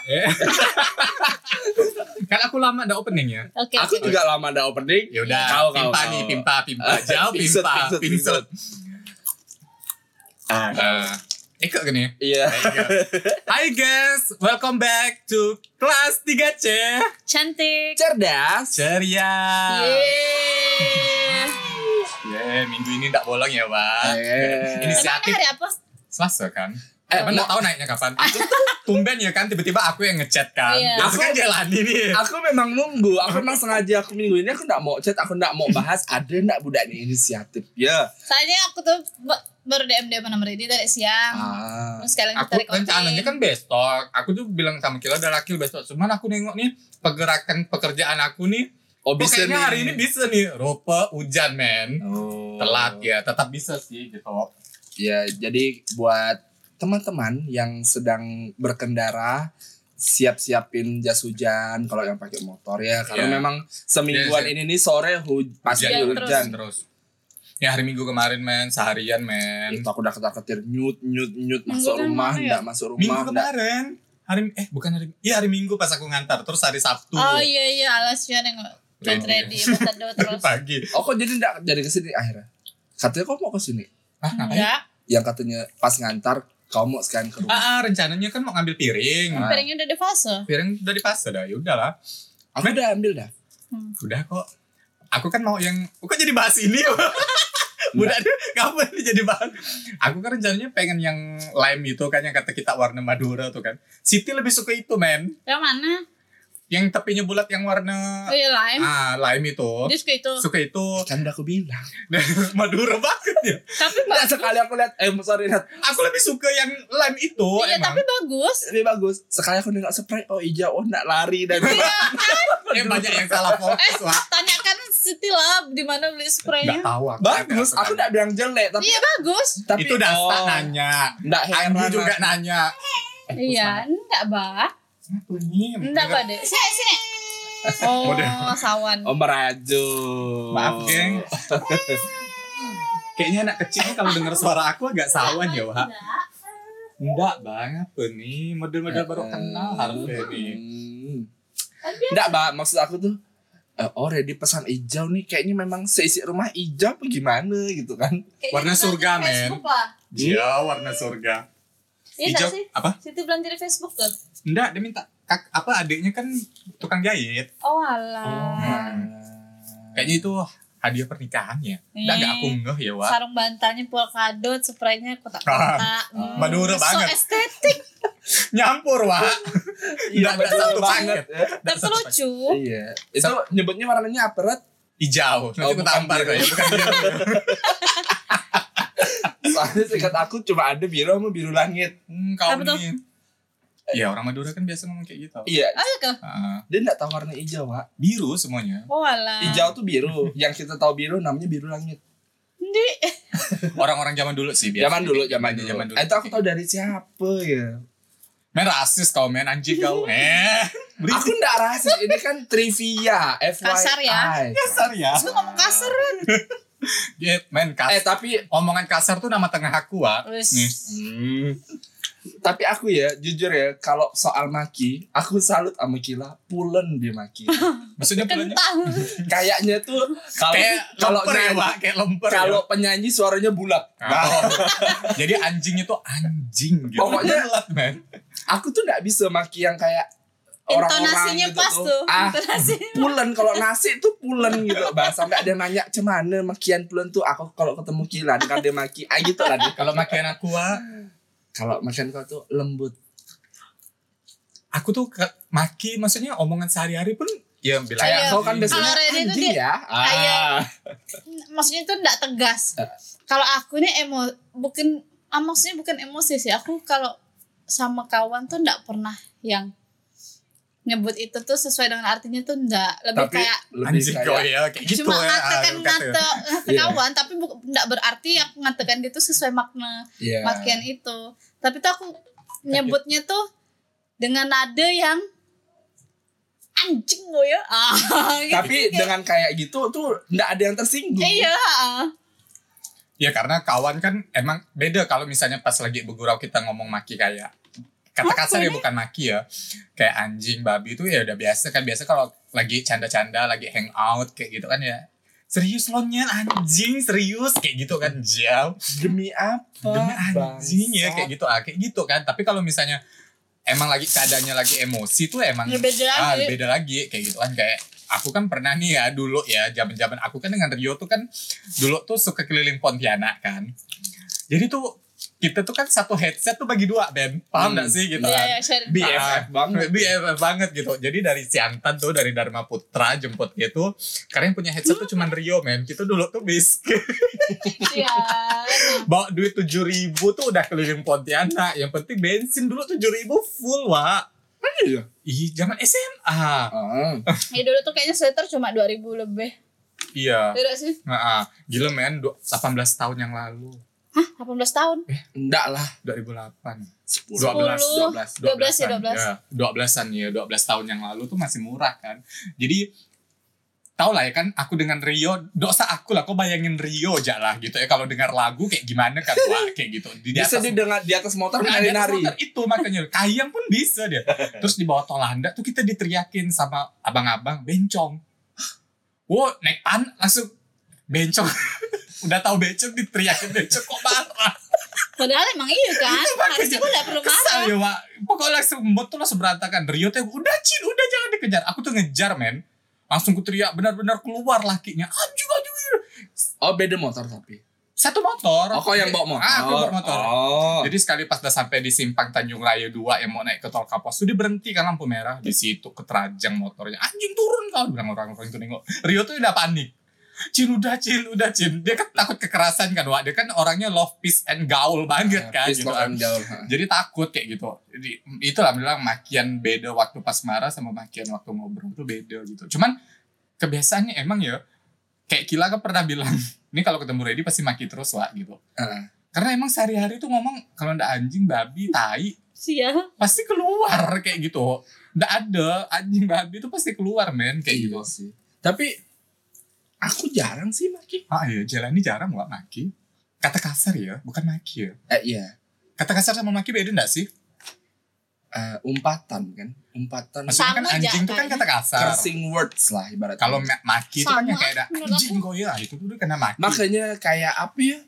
Kan aku lama ada opening ya. Oke. Aku juga lama ada opening. Ya udah, Kau. pimpa. Jauh pimpa. Pingsut. Ikut gini. Iya. Hai guys, welcome back to kelas 3C. Cantik. Cerdas. Ceria. Yeay. Minggu ini nggak bolong ya, Bang. Emang Inisiatif hari apa? Selasa kan? Emang nggak tahu naiknya kapan? Tumben ya kan, tiba-tiba aku yang ngechat kan. Iya. Aku kan jalani nih. Aku memang nunggu. Aku memang sengaja aku minggu ini aku nggak mau chat, aku nggak mau bahas. Ada nggak budak ini inisiatif? Ya. Soalnya aku tuh baru DM sama Redi tadi siang. Terus sekalian Aku kita recording. rencananya kan besok. Aku tuh bilang sama Kila udah lakil besok. Cuman aku nengok nih pergerakan pekerjaan aku nih. Oh Kok bisa kayaknya nih. hari ini bisa nih. Rupa hujan men. Oh. Telat ya, tetap bisa sih gitu. Ya, jadi buat teman-teman yang sedang berkendara, siap-siapin jas hujan kalau yang pakai motor ya, karena Iya. memang semingguan Iya. ini sore pasti Hujan hujan. Terus. Ya hari Minggu kemarin men, seharian men. Itu aku udah ketar-ketir nyut Minggu masuk kan rumah, mana ya? enggak masuk rumah. Minggu enggak. kemarin. Hari Minggu pas aku ngantar, terus hari Sabtu. Oh iya alasnya yang get ready metode terus. Pagi. Oh kok jadi enggak kesini akhirnya? Katanya kau mau kesini? Ah, ngapain? Enggak. Yang katanya pas ngantar kau mau sekalian ke rumah. Rencananya kan mau ngambil piring. Ah. Piringnya udah di fase. Piring udah dipasang dah, ya udahlah. Aku udah ambil dah. Udah kok. Aku kan mau yang kok jadi bahas ini. Udah deh, kamu ini jadi bahan. Aku kan rencananya pengen yang lime itu kan, yang kata kita warna Madura tuh kan. Siti lebih suka itu men. Yang mana? Yang tepinya bulat yang warna Oh iya lime. lime itu. Dia suka itu. Suka itu. Kan udah aku bilang. Madura banget ya. Tapi Enggak bagus. sekali aku lihat lihat. Aku lebih suka yang lime itu Iya emang. tapi bagus. Ini bagus. Sekali aku nengok spray, oh hijau, oh enggak lari dan Banyak yang salah fokus Wak. Tanyakan Siti lah di mana beli Nggak spraynya. tahu aku. bagus. Aku enggak bilang jelek, tapi Iya bagus. tapi Itu Dasta nanya. enggak heran. Anggi juga nanya. Iya, enggak, Bah. Ini Enggak, Bah, deh. Sini. Oh, sawan. Oh merajo. Maaf geng. Kayaknya anak kecil kalau dengar suara aku agak sawan ya Wak. Enggak banget tuh nih. Model-model baru kenal harusnya nih. Enggak, Mbak. Maksud aku tuh Ready pesan hijau nih, kayaknya memang seisi rumah hijau apa gimana gitu kan. Warna surga, men. Facebook, Pak. Iya warna surga. Iya Hijau nggak sih? apa? Siti belanja di Facebook tuh. Enggak, dia minta adiknya kan tukang jahit. Oh, alah. Kayaknya itu hadiah pernikahannya. Iya. Enggak aku ngeh ya, Wak. Sarung bantalnya polkadot, spraynya kotak-kotak. Madura So banget. estetik. Nyampur, Wak. Iya, Enggak betul satu banget. paket. Tapi lucu. Iya. Itu nyebutnya warnanya apa, Rat? Hijau. Nanti aku bukan tampar biru. kok ya, bukan biru. Soalnya singkat aku cuma ada biru sama biru langit. Kau Apa tuh? nih. Iya, orang Madura kan biasa ngomong kayak gitu. Iya. Oh, iya kah? Dia enggak tahu warna hijau, Pak. Biru semuanya. Oh, alah. Hijau tuh biru. Yang kita tahu biru namanya biru langit. Di. Orang-orang zaman dulu sih biasa. Zaman dulu. Itu aku tahu dari siapa ya? Men rasis kau, men anjing kau. Aku enggak rasis, ini kan trivia, FYI. Kasar ya? Kasar ya. Lu ngomong kasar, Ren. Dia men kasar. Tapi Omongan kasar tuh nama tengah aku, Wak. Wis. Nih. Tapi aku ya, jujur ya, kalau soal maki, aku salut sama Kila, pulen dia maki. Maksudnya bulannya Kentang. Kayaknya tuh kayak lemper ya, Wak. Kayak lemper. kalau penyanyi suaranya bulat. Oh. Jadi anjing itu anjing gitu. Pokoknya- Bulat, men. Aku tuh nggak bisa maki yang kayak orang-orang Intonasinya gitu pas tuh. Intonasinya. pulen, kalau nasi tuh pulen gitu, Bah. Sampai ada yang nanya cemana makian pulen tuh. Aku kalau ketemu Kila, kan dia maki, gitu lah dia. Kalau makian aku, Wak, Kalau makian kau tuh lembut. aku tuh maki maksudnya omongan sehari-hari pun ya bilang Kayak Iya. kau kan biasanya Kalau Redi tuh anjing dia- ya. kayak- Maksudnya itu enggak tegas. Kalau aku nih maksudnya bukan emosi sih. Aku kalau sama kawan tuh enggak pernah yang nyebut itu tuh sesuai dengan artinya tuh enggak. Lebih Tapi kayak lebih anjing kau kayak ya kayak gitu cuma ya. ngatekan ngate Iya. kawan, tapi enggak berarti aku ngatekan dia tuh sesuai makna Iya. makian itu. Tapi tuh aku nyebutnya tuh dengan nada yang anjing lo ya. Gitu. Tapi dengan kayak gitu tuh nggak ada yang tersinggung. iya. Ya karena kawan kan emang beda kalau misalnya pas lagi bergurau kita ngomong maki kayak kata kasar ya, bukan maki ya. Kayak anjing, babi itu ya udah biasa kan. Biasa kalau lagi canda-canda, lagi hangout kayak gitu kan ya. Serius lo Nyen, anjing, serius kayak gitu kan, jauh. Demi apa? Demi anjing ya, Bangsat. kayak gitu kan. Tapi kalau misalnya emang lagi keadaannya lagi emosi tuh emang beda lagi kayak gitu kan. Kayak aku kan pernah nih ya dulu ya, zaman-zaman aku kan dengan Rio tuh kan dulu tuh suka keliling Pontianak kan. Jadi tuh kita tuh kan satu headset tuh bagi dua, Ben. Paham gak sih gitu kan? BFF banget. BFF banget gitu. Jadi dari Siantan tuh, dari Dharma Putra jemput gitu. Karena yang punya headset tuh cuman Rio, men. Kita dulu tuh miskin. Iya. Bawa duit 7.000 tuh udah keliling Pontianak. Yang penting bensin dulu 7.000 full, Wak. Iya. Ih, zaman SMA. Ya dulu tuh kayaknya sweater cuma 2.000 lebih. Iya. Tidak sih? Gila, men. 18 tahun yang lalu. Hah? 18 tahun? Enggak lah. 2008. 12. 12 ya, 12. Ya, 12-an ya, 12 tahun yang lalu tuh masih murah kan. Jadi tau lah ya kan, aku dengan Rio, dosa aku lah, kau bayangin Rio aja lah gitu ya, kalau dengar lagu kayak gimana kan, wah kayak gitu. Bisa didengar di atas motor di atas nari-nari. motor itu makanya, Kayang pun bisa dia. Terus di bawah Tolanda tuh kita diteriakin sama abang-abang, bencong. Wow, naik langsung bencong. Udah tahu bencong diteriakin bencong kok marah. Padahal emang iya kan. Harusnya gue gak perlu Kesal marah. ya, Wak. Pokoknya langsung mood tuh langsung berantakan. Rio tuh udah Cin, udah jangan dikejar. Aku tuh ngejar, men. Langsung ku teriak, benar-benar keluar lakinya. Anjing. Oh, beda motor tapi. Satu motor. Oh, kok yang bawa motor? Aku bawa motor. Oh. Jadi sekali pas udah sampai di simpang Tanjung Raya 2 yang mau naik ke tol Kapos tuh dia berhenti kan lampu merah. Di situ keterajang motornya. Anjing turun kau, bilang orang-orang itu nengok. Rio tuh udah panik. Cin. Dia kan takut kekerasan kan, Wak. Dia kan orangnya love, peace, and gaul banget kan. Peace, Gitu love, kan. and gaul. Jadi takut kayak gitu. Jadi itulah bilang makian beda waktu pas marah sama makian waktu ngobrol itu beda gitu. Cuman kebiasaannya emang ya, kayak Kila kan pernah bilang, ini kalau ketemu Reddy pasti maki terus, Wak, gitu. Karena emang sehari-hari tuh ngomong kalau ndak anjing, babi, tai, Siap. pasti keluar kayak gitu. Ndak ada anjing, babi itu pasti keluar, men, kayak gitu. Sih. Tapi aku jarang sih maki. Iya, Jelani jarang, Wak, maki. Kata kasar ya, bukan maki ya. Iya. Kata kasar sama maki beda ndak sih? Umpatan kan. Umpatan. Maksudnya kan Sama anjing aja, itu kan kata kasar. Cursing words lah ibaratnya. Kalau maki itu kan yang Sama, kayak ada menurut anjing kok ya, itu tuh udah kena maki. makanya kayak apa ya?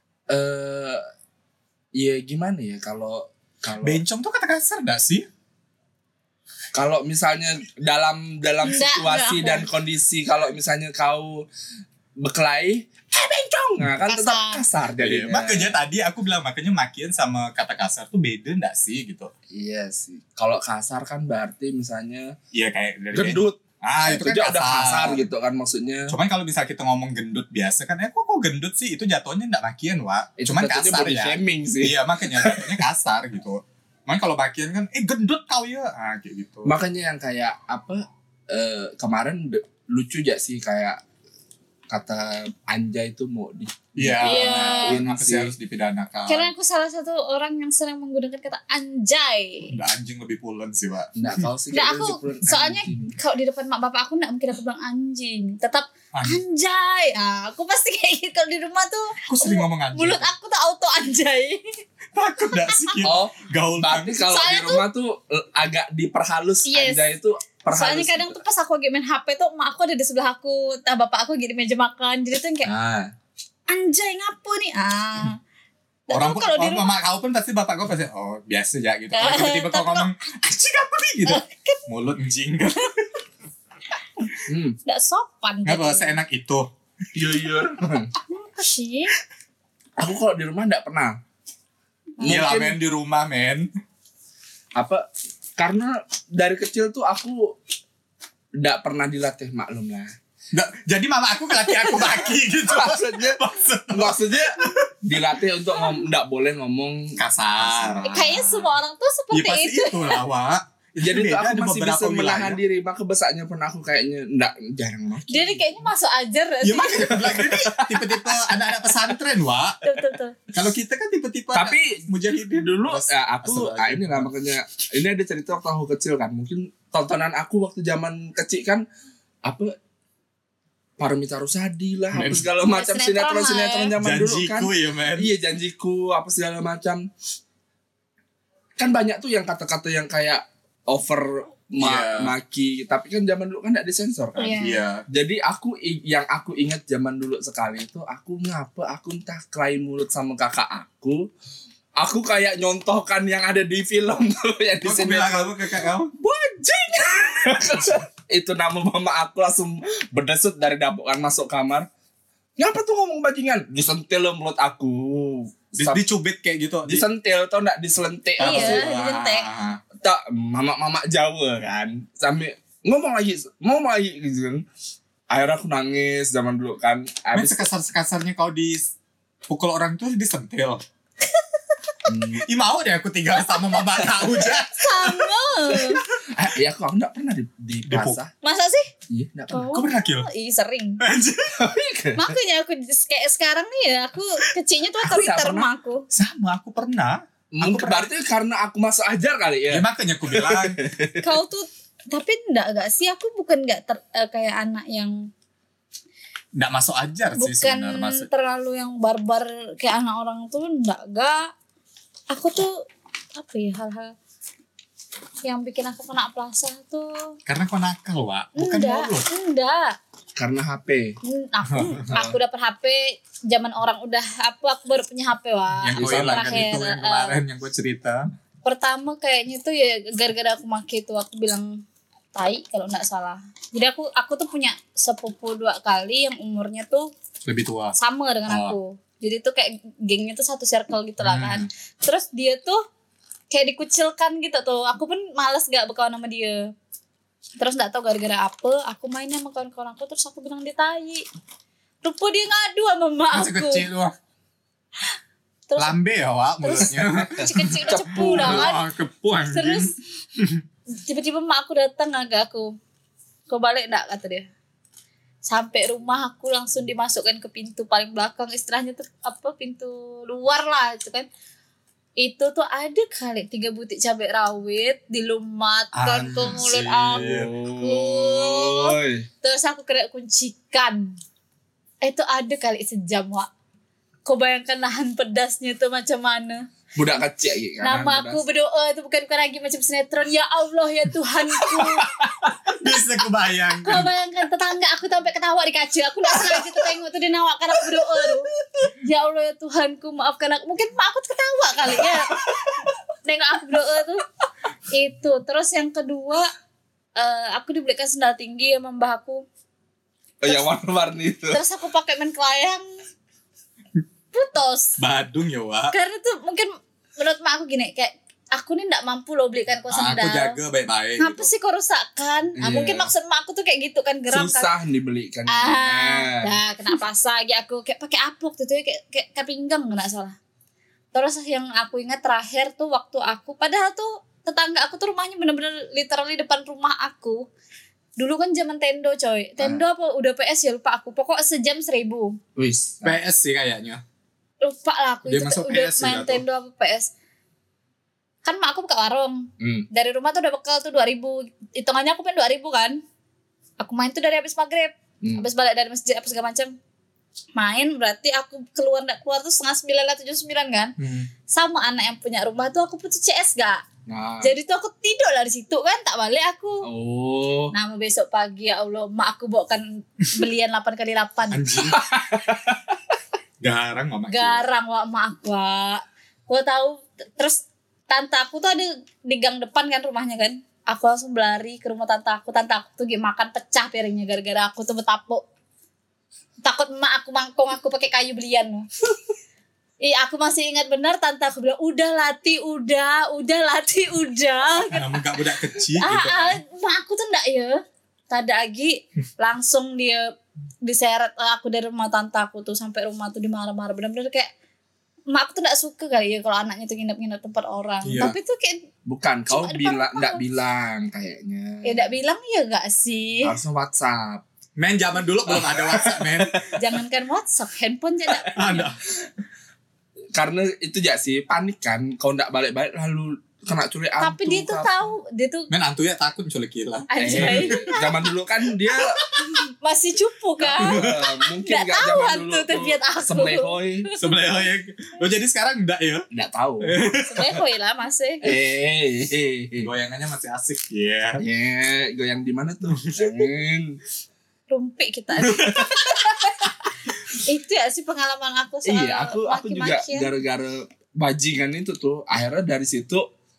Ya gimana ya kalau Bencong tuh kata kasar gak sih? kalau misalnya dalam situasi enggak. dan kondisi, kalau misalnya kau berkelahi, bencong, nah kan tetap kasar Iya, jadinya. makanya tadi aku bilang, makanya makian sama kata kasar tuh beda gak sih gitu. Iya sih. Kalau kasar kan berarti misalnya Iya kayak dari gendut. itu kan aja kasar. udah kasar gitu kan maksudnya. Cuman kalau bisa kita ngomong gendut biasa kan, kok gendut sih, itu jatuhnya gak makian, Wak. Itu Cuman jatuhnya kasar body ya. shaming sih. Iya, makanya jatuhnya kasar gitu. Cuman kalau makian kan, gendut kau ya, kayak gitu. Makanya yang kayak apa kemarin lucu aja sih, kayak kata anjay itu mau di Iya. Iya. Apa sih harus dipidanakan? Karena aku salah satu orang yang sering menggunakan kata anjay. Nggak, anjing lebih pulen sih, Wak. Nggak tahu sih. Nggak, kayaknya aku disebut soalnya anjing. kalau di depan mak bapak aku nggak mungkin aku bilang anjing, tetap anjay. Aku pasti kayak gitu kalau di rumah tuh. Aku sering ngomong anjing. Mulut aku tuh auto anjay. Takut gak sih? Gitu? Oh, Gaul berarti banget. kalau di Soalnya rumah tuh agak diperhalus. Yes. Anjay itu perhalus. Soalnya kadang tuh pas aku lagi main HP tuh mak aku ada di sebelah aku, bapak aku lagi di meja makan, jadi tuh yang kayak anjay ngapu nih. Dan Orang tuh kalau di mama kau pun pasti bapak kau pasti biasa ya gitu. Kalau tiba-tiba kau ngomong anjing apa nih gitu. Mulut anjing kan. nggak sopan. Nggak gitu. bahasa enak itu. Jujur. Apa sih? Aku kalau di rumah nggak pernah. Iya lah, Mungkin men, di rumah, men. apa? Karena dari kecil tuh aku nggak pernah dilatih, maklum lah. Nggak, jadi mama aku ngelatih aku maki gitu. Maksudnya dilatih untuk nggak boleh ngomong Kasar. Kayaknya semua orang tuh Ya seperti pasti itu. itu lah, Wak. Jadi tuh Beda aku di masih beberapa bisa menahan wilayah. diri. Maka besarnya pun aku kayaknya jarang maki. Dia nih kayaknya masuk ajar Ya sih. makanya bilang ini tipe-tipe anak-anak pesantren, Wak. Tuh. Kalau kita kan tipe-tipe Tapi mujahidin dulu Terus, aku astagfirullahaladzim. ini lah makanya ini ada cerita waktu aku kecil kan. Mungkin tontonan aku waktu zaman kecil kan apa Paramita Rusadi lah, apa segala macam Sinetron sinetron zaman dulu kan. Janjiku ya, men. Iya, Janjiku apa segala macam. kan banyak tuh yang kata-kata yang kayak over maki, tapi kan zaman dulu kan enggak disensor kan. Iya. Jadi yang aku ingat zaman dulu sekali itu aku entah kelain mulut sama kakak aku kayak nyontohkan yang ada di film tuh yang di sini. Bilang kamu ke kakak kamu bajing. Itu nama mama aku langsung berdesut dari dapur kan masuk kamar. Ngapa tuh ngomong bajingan? Disentil mulut aku. Dicubit kayak gitu. Disentil tau enggak diselentik apa Iya, sih? disentik. Tak mama Jawa kan. Sampai ngomong lagi gitu kan. Akhirnya aku nangis zaman dulu kan. Habis sekasar-sekasarnya kau dipukul orang tuh disentil. Mau deh aku tinggal sama mama kau aja. Sama. Ya aku enggak pernah dipasah. Masa sih? Iya, enggak pernah. Kau pernah kill? Iya sering. Makanya aku kayak sekarang nih ya, aku kecilnya tuh otoriter sama aku. Sama, aku pernah. Berarti karena aku masuk ajar kali ya. Ya makanya aku bilang. Kau tuh tapi enggak sih, aku bukan enggak kayak anak yang Nggak masuk ajar sih bukan sebenarnya. terlalu yang barbar kayak anak orang tuh enggak. Aku tuh apa ya, hal-hal yang bikin aku kena plaza tuh Karena kau nakal, Wak. Bukan bolos. enggak. Karena HP. Aku dapet HP zaman orang udah aku baru punya HP, Wak. Yang gue hilang kan itu yang kemarin yang gue cerita. Pertama kayaknya tuh ya gara-gara aku make itu aku bilang tai kalau enggak salah. Jadi aku tuh punya sepupu 2 kali yang umurnya tuh Lebih tua. sama dengan aku. Jadi tuh kayak gengnya tuh satu circle gitu lah kan. Terus dia tuh kayak dikucilkan gitu tuh. Aku pun males gak berkawan sama dia. Terus gak tahu gara-gara apa aku main sama kawan-kawan aku, terus aku bilang dia tai. Rupa dia ngadu sama mak Masih aku. kecil doang. Terus Lambe ya, Wak, mulutnya. kecil-kecil udah cepu dah kan. Kepu anjing. Terus tiba-tiba mak aku datang agak aku. Kau balik enggak kata dia. Sampai rumah aku langsung dimasukkan ke pintu paling belakang, istilahnya tuh apa, pintu luar lah itu kan. Itu tuh ada kali 3 butir cabai rawit dilumatkan ke mulut aku. Terus aku kena kuncikan. Itu ada kali sejam, Wak. Kau bayangkan nahan pedasnya tuh macam mana. Budak kecil gitu kan. Nama aku berdoa itu bukan lagi macam sinetron. Ya Allah ya Tuhanku. Bisa kebayang. Kau bayangkan tetangga aku sampai ketawa di kaca. Aku gak sengaja tuh tengok tuh dia nawakkan aku berdoa tuh. Ya Allah ya Tuhanku, maafkan aku. Mungkin mak aku ketawa kali ya. Nengok aku berdoa tuh. Itu. Terus yang kedua, aku dibelikan sendal tinggi sama mbah aku. Yang warna-warni itu. Terus aku pakai main kelayang. Putus. Badung ya, Wak. Karena tuh mungkin menurut mak aku gini, kayak aku nih ndak mampu loh belikan kau sendal. Aku jaga baik-baik. Ngapa sih kau rusakkan? Mungkin maksud mak aku tuh kayak gitu kan, geram susah kan. dibelikan. Nah, kenapa lagi aku kayak pakai apuk gitu ya, kayak pinggang enggak salah. Terus yang aku ingat terakhir tuh waktu aku, padahal tuh tetangga aku tuh rumahnya bener-bener literally depan rumah aku. Dulu kan zaman Tendo coy. Tendo apa udah PS ya lupa aku. Pokok sejam 1.000. Wis. PS sih kayaknya. Lupa lah aku Dia itu masuk udah PS main juga Tendo apa PS. Kan mak aku buka warung. Dari rumah tuh udah bekal tuh 2.000. Hitungannya aku pengen 2.000 kan. Aku main tuh dari habis maghrib. Habis balik dari masjid apa segala macam. Main berarti aku keluar tuh 8:30 lah 7:09 kan. Sama anak yang punya rumah tuh aku putus CS gak. Nah. Jadi tuh aku tidur lah di situ kan, tak balik aku. Oh. Nah, besok pagi ya Allah, mak aku bawakan belian 8x8. Anjing. Garang mama. Garang wak mak aku. Wak. Gua tahu terus tante aku tuh ada di gang depan kan rumahnya kan. Aku langsung berlari ke rumah tante aku. Tante aku tuh makan pecah piringnya gara-gara aku tuh betapuk. Takut emak aku mangkong aku pakai kayu belian. Aku masih ingat benar tante aku bilang udah Lati udah. Kamu gak budak kecil gitu. Mak aku tuh enggak ya. Tada lagi langsung dia diseret aku dari rumah tante aku tuh sampai rumah tuh dimarah-marah. Benar-benar kayak mak aku tuh enggak suka kali ya kalau anaknya tuh nginep-nginep tempat orang. Iya. Tapi tuh kayak bukan kau enggak bilang kayaknya. ya enggak bilang ya enggak sih. Harusnya WhatsApp. Men zaman dulu belum ada WhatsApp, men. Jangankan WhatsApp, handphone aja enggak punya. Ada. Karena itu ya sih panik kan kau enggak balik-balik lalu kena culik antu. Tapi dia tuh tahu, dia tuh Men antu ya takut culik gila. anjay Zaman dulu kan dia masih cupu kan. mungkin Nggak nggak tahu zaman hantu dulu terbiat aku. semlehoy. Sebelah ya. Oh jadi sekarang enggak ya? Nggak tahu. Sebenarnya koi lah masih. Goyangannya masih asik ya. Goyang di mana tuh? Rumpik kita. Itu ya sih pengalaman aku soal Iya, aku juga maki-makian. gara-gara bajingan itu tuh akhirnya dari situ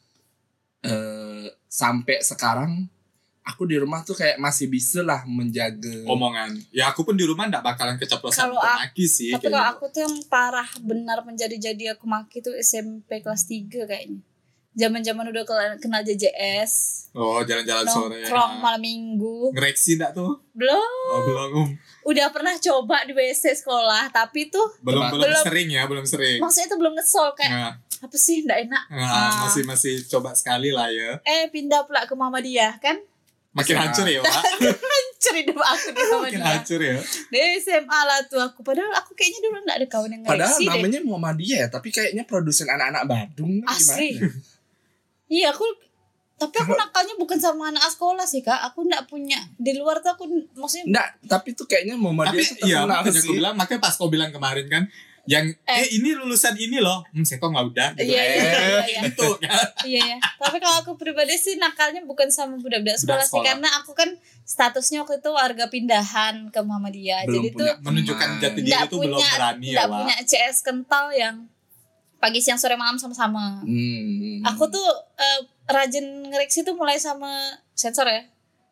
sampai sekarang aku di rumah tuh kayak masih bisa lah menjaga Omongan. Ya aku pun di rumah enggak bakalan keceplosan Kalau maki sih. Tapi kayak kalau gitu. aku tuh yang parah benar menjadi aku maki tuh SMP kelas 3 kayaknya. Zaman-zaman udah kenal JJS. Oh jalan-jalan sore. Nongkrong malam minggu. Ngereksi enggak tuh? Belum. Oh belum. Udah pernah coba di WC sekolah, tapi tuh Belum Belum. sering ya, belum sering. maksudnya itu belum ngesol kayak Nah, apa sih nggak enak. masih coba sekali lah ya. Pindah pula ke mama dia kan. Makin hancur ya, Pak. Hancur hidup aku di mama Makin dia. hancur ya. Di SMA lah tuh aku. Padahal aku kayaknya dulu nggak ada kawan yang padahal ngereksi deh. namanya Muhammadiyah ya, tapi kayaknya produsen anak-anak Badung Asli. gimana? Iya tapi aku nakalnya bukan sama anak sekolah sih kak. Aku nggak punya di luar tuh aku maksudnya. Enggak, tapi tuh kayaknya Muhammadiyah Tapi tuh iya terkenal makanya sih. aku bilang, makanya pas kau bilang kemarin kan yang ini lulusan ini loh. Saya kok nggak udah gitu. Iya. Itu kan. Iya ya. Tapi kalau aku pribadi sih nakalnya bukan sama budak-budak sekolah sih, sekolah. karena aku kan statusnya waktu itu warga pindahan ke Muhammadiyah. Belum Jadi tuh punya Menunjukkan jati diri nggak itu belum berani ya, nggak Wak. punya CS kental yang pagi siang sore malam sama-sama. Aku tuh rajin ngereksi tuh mulai sama sensor ya.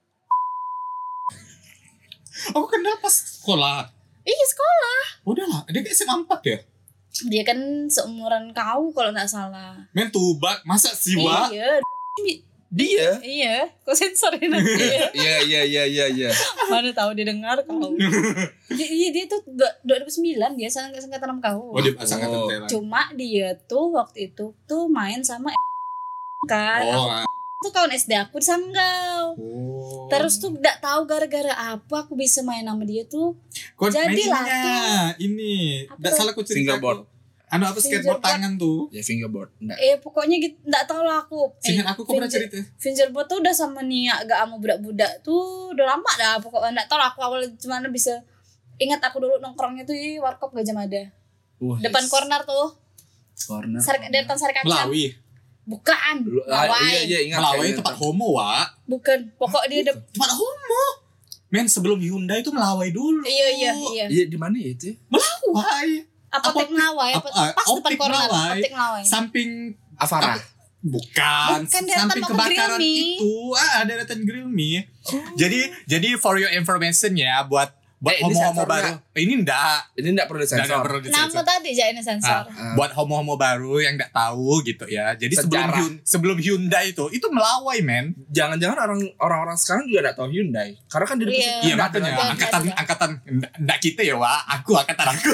Aku kenal pas sekolah. Iya sekolah. Udah lah, dia kayak SMA 4 ya. Dia kan seumuran kau kalau nggak salah. Men tubak, masa sih, Wak? Iya. Dia Iya. Kok sensorin nanti ya? Iya. Mana tahu dia dengar kau. Dia tuh 2009 dia sangkatan sama kau. Oh, dia sangat Oh. Thailand. Cuma dia tuh waktu itu tuh main sama kan. Oh, Tuh kawan SD aku di Sanggau. oh. Terus tuh gak tahu gara-gara apa aku bisa main sama dia tuh. Kok jadilah mainnya ini. Apa Enggak tuh? salah ku cerita. Fingerboard. Anu apa skateboard Fingerboard. tangan tuh. Ya fingerboard. Enggak. Pokoknya gitu, gak tahu lah aku. Seingat aku pernah cerita. Fingerboard tuh udah sama Nia gak sama budak-budak tuh udah lama dah pokoknya. Gak tau lah aku awal gimana bisa. Ingat aku dulu nongkrongnya tuh di Warkop Gajah Mada. Depan corner tuh. corner. Depan Sari Kacang. Melawi. Bukan. Melawai. Iya ingat. Melawai kayaknya tempat tuh. homo, Wak. Bukan. Pokok dia Tempat homo. Men sebelum Hyundai itu Melawai dulu. Iya. Iya di mana ya itu? Melawai. Apotek Melawai. Pas depan Optik corner. Melawai. Optik Melawai. Samping Avara. Bukan, Bukan, deretan samping Mama kebakaran Grill Me. itu. Deretan Grill Me. Jadi for your information ya buat ini homo-homo sensor baru. Ini enggak. Ini enggak perlu Enggak sensor. perlu Nama disensor. tadi aja ini sensor. Buat homo-homo baru yang enggak tahu gitu ya. Jadi Sejarah. sebelum Hyundai itu Melawai, men. Jangan-jangan orang-orang sekarang juga enggak tahu Hyundai. Karena kan di depan Iya. situ Iya nggak makanya ada. angkatan enggak kita ya, Wak. Angkatan aku.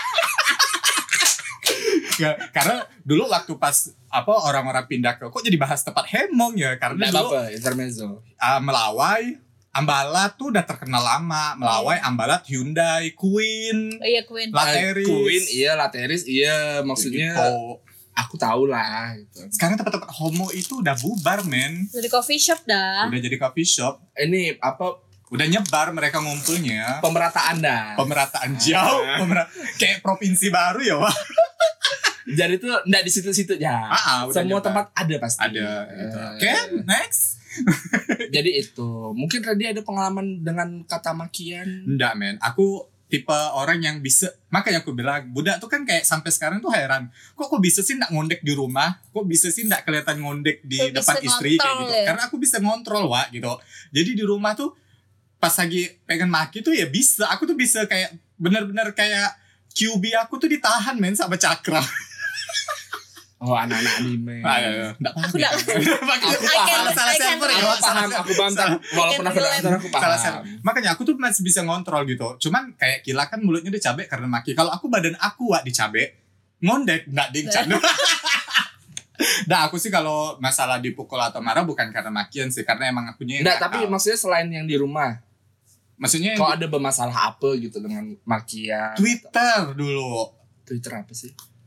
Ya, karena dulu waktu pas orang-orang pindah ke kok jadi bahas tempat hemong ya karena Enggak dulu apa-apa, intermezzo. Melawai, Ambalat tuh udah terkenal lama. Melawai, Ambalat, Hyundai, Queen, Iya Queen. Lateris. Queen iya, Lateris iya, maksudnya gitu. aku tahu lah gitu. Sekarang tempat-tempat homo itu udah bubar, men. Jadi coffee shop dah. Udah jadi coffee shop. Ini apa Udah nyebar mereka ngumpulnya. pemerataan dah. Pemerataan jauh, kayak provinsi baru ya, Wak. Jadi tuh enggak di situ-situ ya. Udah Semua nyebar. tempat ada pasti. Ada gitu. Eh, Oke, next. Jadi itu. Mungkin tadi ada pengalaman dengan kata makian. Enggak, men. Aku tipe orang yang bisa, makanya aku bilang budak tuh kan kayak sampai sekarang tuh heran kok bisa sih nggak ngondek di rumah, kok bisa sih nggak kelihatan ngondek di Kok depan bisa istri kayak ngontrol gitu ya? karena aku bisa ngontrol, Wak, gitu. Jadi di rumah tuh pas lagi pengen maki tuh ya bisa, aku tuh bisa kayak benar-benar kayak QB aku tuh ditahan, men, sama Cakra. Oh, anak-anak anime. Nggak paham. Aku nggak- Aku paham. Salah I can server ya, Aku Wak. paham, aku paham. Walaupun aku relate. nonton aku Salah paham. server. Makanya aku tuh masih bisa ngontrol gitu. Cuman kayak Kila kan mulutnya dicabe karena maki. Kalau aku badan aku, Wak, dicabe, ngondek nggak dingcan. Nah, aku sih kalau masalah dipukul atau marah bukan karena makian sih, karena emang akunya yang Enggak, nakal. tapi maksudnya selain yang di rumah, maksudnya kalau ada bermasalah apa gitu dengan makian? Twitter dulu. Twitter apa sih?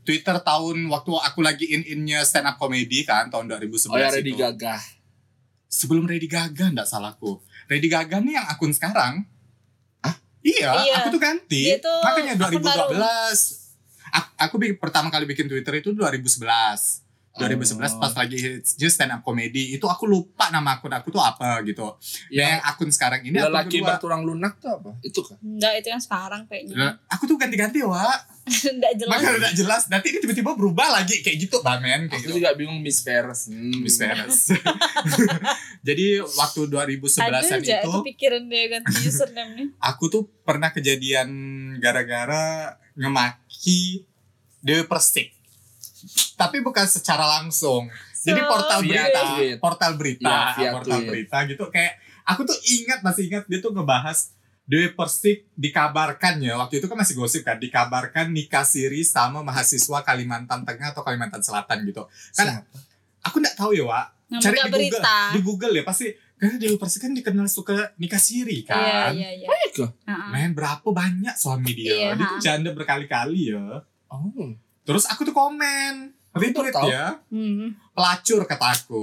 Twitter tahun waktu aku lagi in-innya stand up comedy kan tahun 2011 Oh ya Lady itu. Gaga. Sebelum Lady Gaga enggak salahku. Lady Gaga nih yang akun sekarang. Hah? Iya, Iya. aku tuh ganti. Dia tuh Makanya akun 2012. Aku pertama kali bikin Twitter itu 2011. 2011 pas lagi hitsnya stand up comedy. Itu aku lupa nama akun aku tuh apa gitu. Yang akun sekarang ini akun Lelaki kedua. bertulang lunak tuh apa? Itu kan? Enggak, itu yang sekarang kayaknya. Aku tuh ganti-ganti, Wak. Enggak jelas. Makanya udah jelas. Nanti ini tiba-tiba berubah lagi kayak gitu, Bamen. Kayak Aku gitu. juga bingung Miss Paris. Miss Paris. Jadi waktu 2011-an Aduh, itu kepikiran dia ganti username nih. aku tuh pernah kejadian gara-gara ngemaki Dewi Persik. Tapi bukan secara langsung. Jadi portal Via berita, tweet. portal berita, Iya, via portal tweet. berita gitu kayak aku tuh masih ingat dia tuh ngebahas Dewi Persik dikabarkan ya, waktu itu kan masih gosip kan, dikabarkan nikah siri sama mahasiswa Kalimantan Tengah atau Kalimantan Selatan gitu. Kan aku nggak tahu ya, Wak. Cari Ngebuka di Google, berita. di Google ya pasti. Karena Dewi Persik kan dikenal suka nikah siri kan. Iya. Baik loh. Heeh. Men, berapa banyak suami dia. Iya, Dia tuh janda berkali-kali ya. Oh. Terus aku tuh komen, retweet tahu. ya, Hmm. pelacur kata aku.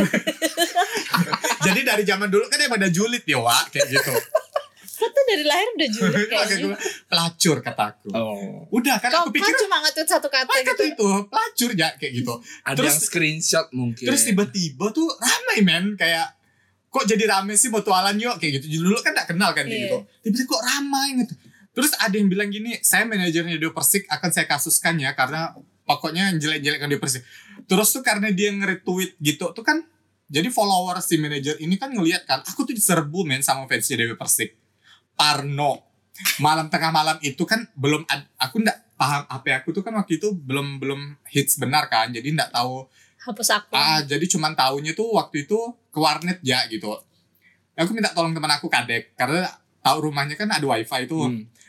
Jadi dari zaman dulu kan emang ada julid ya, Wak, kayak gitu. Foto dari lahir udah julid Makanya kayaknya. gue pelacur kata aku. Oh. Udah kan Kau aku pikir cuma nge-tweet satu kata kata gitu. itu pelacur ya kayak gitu. Ada Terus- yang screenshot mungkin. Terus tiba-tiba tuh ramai men kayak kok jadi rame sih mutualan yuk kayak gitu. Dulu kan gak kenal kan kayak Iya. gitu. Tiba-tiba kok ramai gitu. Terus ada yang bilang gini, saya manajernya Dewi Persik akan saya kasuskan ya karena pokoknya jelek-jelekkan Dewi Persik. Terus tuh karena dia nge-retweet gitu tuh kan jadi follower si manajer ini kan ngelihat kan aku tuh diserbu men sama fansnya Dewi Persik. Parno. Tengah malam itu kan belum aku nggak paham HP aku tuh kan waktu itu belum hits benar kan. Jadi nggak tahu Hapus akun. jadi cuman taunya tuh waktu itu ke warnet ya gitu. Aku minta tolong teman aku Kadek karena tahu rumahnya kan ada wifi itu.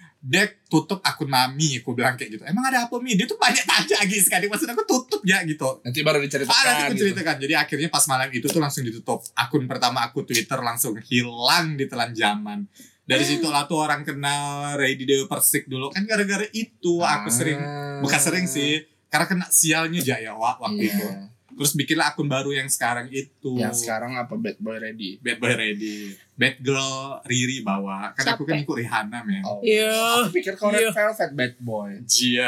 Dek tutup akun mami, aku bilang kayak gitu. Emang ada apa Mi? Dia tuh banyak tanya lagi sekali. Maksud aku tutup ya gitu. Nanti baru diceritakan. Nanti aku gitu. ceritakan. Jadi akhirnya pas malam itu tuh langsung ditutup. Akun pertama aku Twitter langsung hilang di telan zaman. Dari situ lah tuh orang kenal Ray Dewi Persik dulu. Kan gara-gara itu aku sering, bukan sering sih. Karena kena sialnya aja ya waktu Iya. itu. Terus bikinlah akun baru yang sekarang itu. Yang sekarang apa Bad Boy Ready? Bad Boy Ready. Bad Girl Riri bawa. Kan aku kan Capek. ikut Rihanna men. Oh. Iya. Aku pikir kau Red Velvet Bad Boy.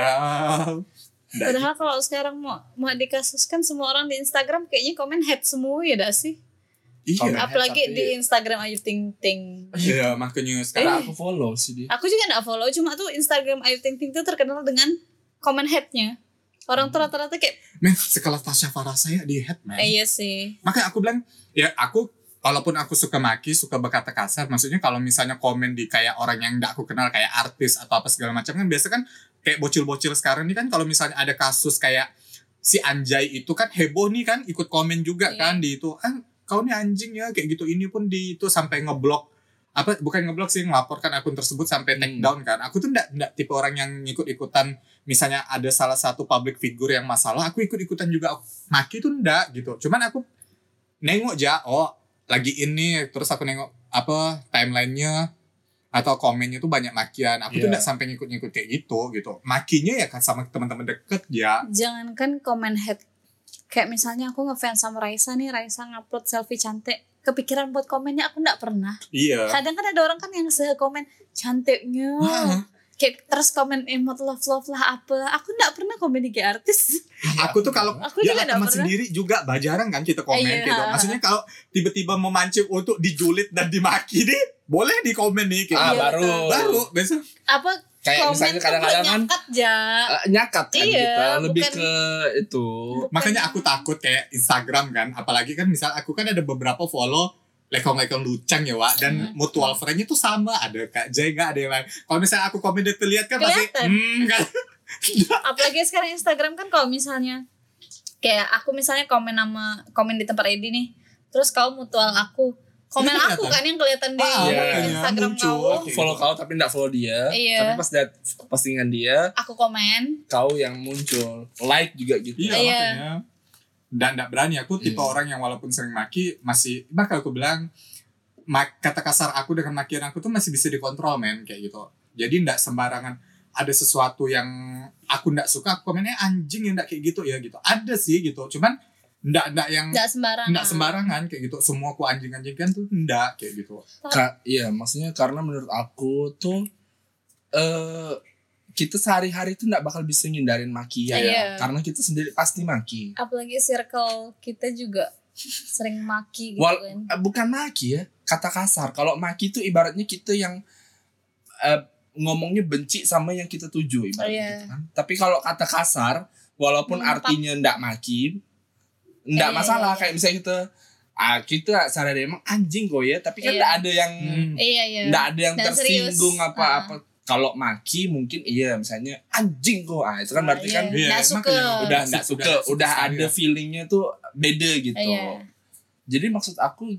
Jial. Padahal kalau sekarang mau dikasuskan semua orang di Instagram kayaknya komen hate semua ya dah sih. Iya. Komen. Apalagi tapi- di Instagram Ayu Ting Ting. Iya makanya Karena sekarang aku follow sih dia. Aku juga gak follow, cuma tuh Instagram Ayu Ting Ting tuh terkenal dengan komen hate-nya. Orang tuh rata-rata kayak, men sekelas Tasya Farah saya di head man. iya sih. Makanya aku bilang ya aku walaupun aku suka maki, suka berkata kasar, maksudnya kalau misalnya komen di kayak orang yang gak aku kenal kayak artis atau apa segala macam kan biasa kan kayak bocil-bocil sekarang nih kan kalau misalnya ada kasus kayak si Anjay itu kan heboh nih kan ikut komen juga Iya. kan di itu kau nih anjing ya kayak gitu ini pun di itu sampai ngeblok apa bukan ngeblok sih ngelaporkan akun tersebut sampai take down kan aku tuh ndak tipe orang yang ikut-ikutan misalnya ada salah satu public figure yang masalah aku ikut-ikutan juga maki tuh ndak gitu cuman aku nengok aja lagi ini terus aku nengok apa timelinenya atau komennya tuh banyak makian aku tuh Iya. ndak sampai ngikut-ngikut kayak gitu makinya ya kan sama teman-teman deket ya Jangankan komen hate, kayak misalnya aku ngefans sama Raisa nih, Raisa ngupload selfie cantik, kepikiran buat komennya aku gak pernah. iya Kadang kan ada orang kan yang komen cantiknya, Wah, kayak terus komen emot love lah apa. Aku gak pernah komen di artis. aku tuh kalau Aku ya juga teman nggak pernah. sendiri juga jarang kan kita komen Iya. gitu maksudnya kalau tiba-tiba memancing untuk dijulit dan dimaki nih boleh di komen nih kayak Ah, gitu. baru. baru biasa Apa Kayak komen misalnya tuh kadang-kadang buat kan nyakat ja. nyakat kan Iya, kita lebih bukan- ke itu. makanya aku takut kayak Instagram kan apalagi kan misal aku kan ada beberapa follow lekong-lekong lucang ya Wak dan mutual friend-nya tuh sama ada Kak Jay gak ada yang lain kalau misalnya aku komen dia terlihat kan pasti Kelihatan. kan Apalagi sekarang Instagram kan kalau misalnya kayak aku misalnya komen di tempat Edi nih, terus kau mutual aku, komen Itu aku kelihatan. kan yang kelihatan di Iya. Instagram Muncul. kau, Aku follow kau tapi nggak follow dia. Iya. Tapi pas lihat postingan dia, aku komen. kau yang muncul. Like juga gitu. iya Iya. makanya dan gak berani aku tipe orang yang walaupun sering maki masih bakal aku bilang kata kasar aku dengan makian aku tuh masih bisa dikontrol men kayak gitu jadi ndak sembarangan ada sesuatu yang aku ndak suka, aku komennya anjing yang ndak kayak gitu ya gitu. Ada sih gitu, cuman ndak yang Nggak sembarangan. ndak sembarangan kayak gitu. Semua aku anjing-anjingkan tuh ndak kayak gitu. Iya, maksudnya karena menurut aku tuh kita sehari-hari tuh nggak bakal bisa ngindarin maki ya, Iya. karena kita sendiri pasti maki. Apalagi circle kita juga sering maki gitu kan. Bukan maki ya, kata kasar. Kalau maki tuh ibaratnya kita yang ngomongnya benci sama yang kita tuju ibaratnya Iya. gitu kan. Tapi kalau kata kasar, walaupun artinya ndak maki, ndak masalah. Kayak misalnya kita sehari-hari emang anjing kok ya, tapi kan ndak ada yang Iya. nggak ada yang Dan tersinggung serius. apa-apa. Kalau maki mungkin iya, misalnya anjing kok, itu kan berarti kan Iya, nggak emang suka. kayak udah nggak suka, udah ada feelingnya tuh beda gitu. Iya. Jadi maksud aku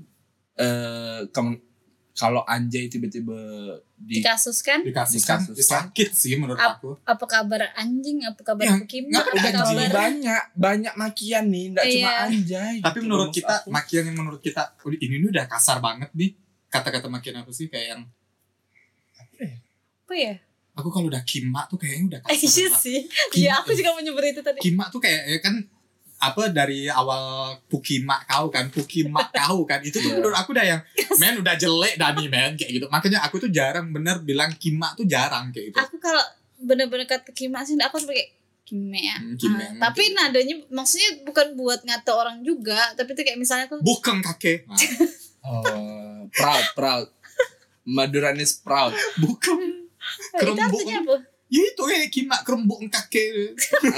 kalau anjay tiba-tiba Dikasuskan. Dikasuskan Dikasuskan. sakit sih menurut aku. Apa kabar anjing? Apa kabar Ya, Pokemon? nggak Apa ada udah anjing. kabar? banyak makian nih, nggak cuma Iya. anjay. Tapi gitu menurut maksud kita aku. makian yang menurut kita ini udah kasar banget nih. Kata-kata makian apa sih kayak yang Apa ya? aku kalau udah kima tuh kayaknya udah kasar. Iya banget. sih. Kima- Iya, aku juga mau nyebut itu tadi. Kima tuh kayak ya kan apa dari awal Pukima kau kan itu tuh menurut aku udah yang men udah jelek Dani men kayak gitu. Makanya aku tuh jarang bener bilang Kima tuh jarang kayak gitu. Aku kalau bener-bener kata Kima sih, aku sebagai Kime ya. Kime. Tapi nadanya maksudnya bukan buat ngata orang juga, tapi itu kayak misalnya aku Bukan kakek. Nah, Proud. Maduranis proud. bukan. itu artinya apa? Ya itu kayak Kima kerembuk kakek.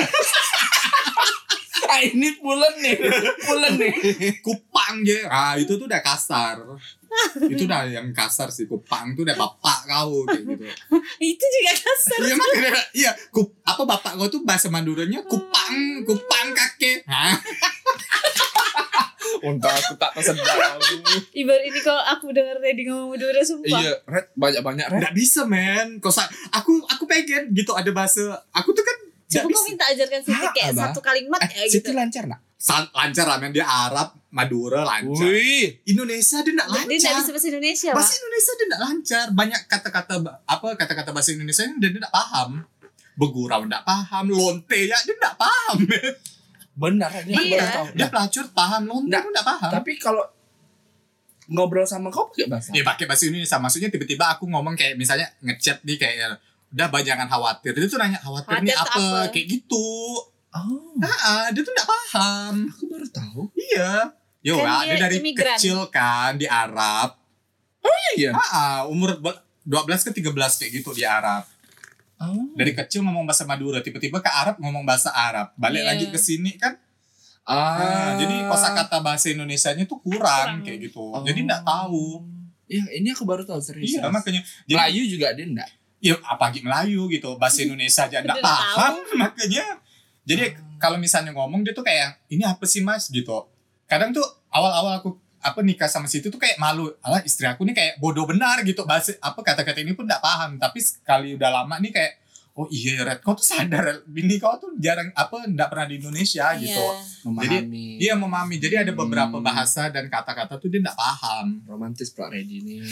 Ini pulen nih. Kupang ya. Itu tuh udah kasar. Itu udah yang kasar sih. Kupang tuh udah bapak kau kayak gitu. Itu juga kasar. Iya makanya iya apa bapak kau tuh bahasa Maduranya kupang kakek. Hah? Untuk aku tak tersedar. Ibarat ini kalau aku dengar Reddy ngomong Madura sumpah. Iya, Red banyak Red. Nggak bisa men. Aku pengen gitu ada bahasa. Aku tuh kan nggak Coba kau bisa. minta ajarkan Siti kayak Abah. satu kalimat ya Siti gitu. lancar nak? Lancar lah men dia Arab Madura lancar. Wih. Indonesia dia nggak Dia nggak lancar. bisa bahasa Indonesia, Pak. Bahasa Indonesia dia nggak lancar. Banyak kata-kata bahasa Indonesia yang dia nggak paham. Begurau nggak paham, lonte ya dia nggak paham. Men. Benar, dia Iya. baru tahu. Dia pelacur paham, lonte Nggak, tuh nggak paham. Tapi kalau ngobrol sama kau pakai bahasa. Dia pakai bahasa Indonesia. Maksudnya tiba-tiba aku ngomong kayak misalnya ngechat nih kayak udah bah jangan khawatir. Dia tuh nanya khawatir nih Khawatir tuh apa? apa? Kayak gitu. Oh, Dia tuh nggak paham. aku baru tahu. Iya. Yo, Kan dia dia dari imigran. kecil kan di Arab. Iya. Umur 12 ke 13 kayak gitu di Arab. Oh. Dari kecil ngomong bahasa Madura, tiba-tiba ke Arab ngomong bahasa Arab. Balik Iya. lagi ke sini kan. Jadi kosakata bahasa Indonesianya tuh kurang kayak gitu. Jadi enggak tahu. Iya, ini aku baru tahu serius. Iya, makanya jadi Melayu juga dia enggak. ya apalagi Melayu gitu, bahasa Indonesia aja enggak Dia nggak paham makanya. Jadi kalau misalnya ngomong dia tuh kayak ini apa sih Mas gitu. Kadang tuh awal-awal aku nikah sama situ tuh kayak malu. Alah istri aku nih kayak bodoh benar gitu. Bahasa kata-kata ini pun enggak paham, tapi sekali udah lama nih kayak oh iya Red, kau tuh sadar bini kau tuh jarang enggak pernah di Indonesia gitu. Memahami. Dia memahami. Jadi ada beberapa bahasa dan kata-kata tuh dia enggak paham. Romantis Pak Reddy nih.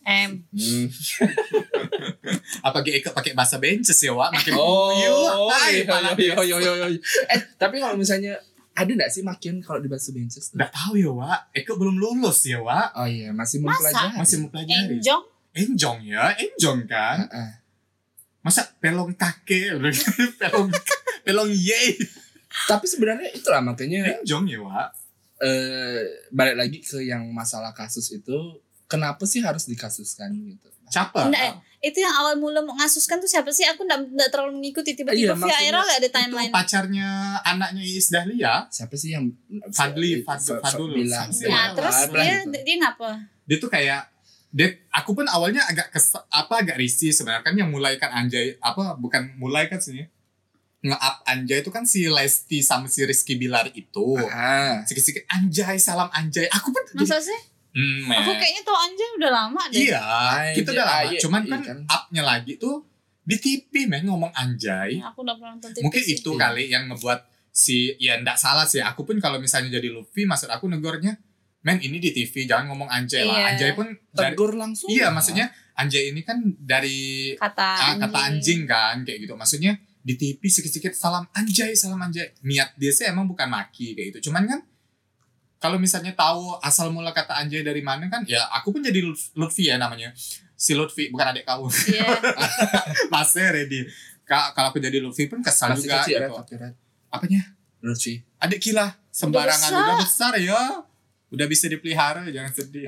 Apalagi ikut pakai bahasa bences ya, Wak. Makin Iya. malah Tapi kalau misalnya ada enggak sih makian kalau di bahasa Bences? enggak tahu ya, Wak. Eko belum lulus ya, Wak. Oh iya, masih Masa? mempelajari. Masih mempelajari. Enjong. Enjong ya, enjong kan. Heeh. Masa pelong kake, pelong ye. Tapi sebenarnya itulah makanya Enjong ya, Wak. balik lagi ke yang masalah kasus itu, kenapa sih harus dikasuskan gitu? Siapa? Enggak, itu yang awal mula mengasuskan tuh siapa sih? Aku enggak terlalu mengikuti, Iya, tiba-tiba via maksudnya viral enggak ada Itu timeline. pacarnya anaknya Iis Dahlia. Siapa sih yang Fadli. bilang? Nah, terus dia ngapa? Dia tuh kayak aku pun awalnya agak agak risih sebenarnya kan yang mulai kan Anjay bukan mulai kan sih nge-up Anjay itu kan si Lesti sama si Rizky Bilar itu. Sikit-sikit Anjay, salam Anjay. Aku pun Masa sih? Aku kayaknya tau Anjay udah lama deh. iya, kita udah lama. Iya, Cuman iya kan kan. up-nya lagi tuh di TV men ngomong Anjay. Aku udah pernah nonton TV Mungkin sih. itu kali yang ngebuat ya ndak salah sih. Aku pun kalau misalnya jadi Luffy, maksud aku negornya, men ini di TV jangan ngomong Anjay lah. Iya. Anjay pun dari, Tegur langsung. iya maksudnya anjay ini kan dari Kata kata anjing kan kayak gitu. Maksudnya di TV sikit-sikit salam anjay. Niat dia sih emang bukan maki kayak gitu. Cuman kan kalau misalnya tahu asal mula kata anjay dari mana kan, ya aku pun jadi Lutfi ya namanya. Si Lutfi bukan adik kau. Iya. Masnya ready. Kalau aku jadi Lutfi pun kesal Masih juga kecil gitu. Apanya? Lutfi. Adik Kila sembarangan udah besar ya. Udah bisa dipelihara, jangan sedih.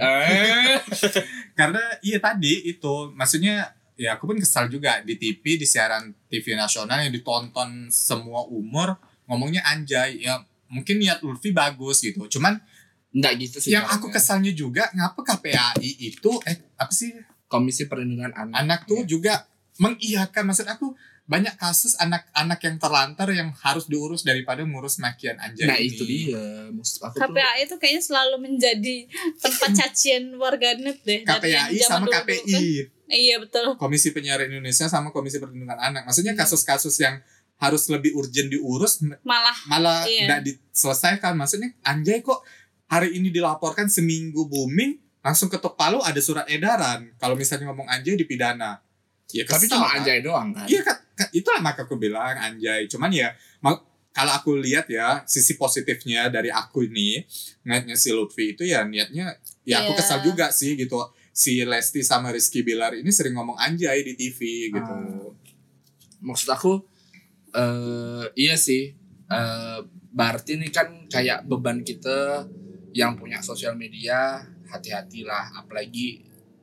Karena iya tadi itu, maksudnya ya aku pun kesal juga di TV, di siaran TV nasional yang ditonton semua umur ngomongnya anjay. Ya mungkin niat Lutfi bagus gitu. Cuman Enggak gitu sih. yang aku kesalnya juga ngapa KPAI itu apa sih? Komisi Perlindungan Anak. Anak tuh juga mengiyakan, maksud aku banyak kasus anak-anak yang terlantar yang harus diurus daripada ngurus makian anjay Nah ini. itu dia maksud aku tuh. KPAI itu kayaknya selalu menjadi tempat cacian warganet deh. Dari yang KPAI zaman sama dulu KPI. kan. Iya betul. Komisi Penyiaran Indonesia sama Komisi Perlindungan Anak. Maksudnya kasus-kasus yang harus lebih urgent diurus malah iya. tidak diselesaikan. Maksudnya anjay kok hari ini dilaporkan seminggu booming langsung ketok palu ada surat edaran kalau misalnya ngomong anjay dipidana. Ya Tapi kesal, cuma kan? anjay doang kan. Iya kan itulah maka aku bilang anjay. Cuman ya kalau aku lihat ya sisi positifnya dari aku ini ngeliatnya si Lutfi itu ya niatnya ya aku Iya. kesal juga sih gitu. Si Lesti sama Rizky Bilar ini sering ngomong anjay di TV gitu. Maksud aku iya sih. Berarti ini kan kayak beban kita yang punya sosial media, hati-hatilah apalagi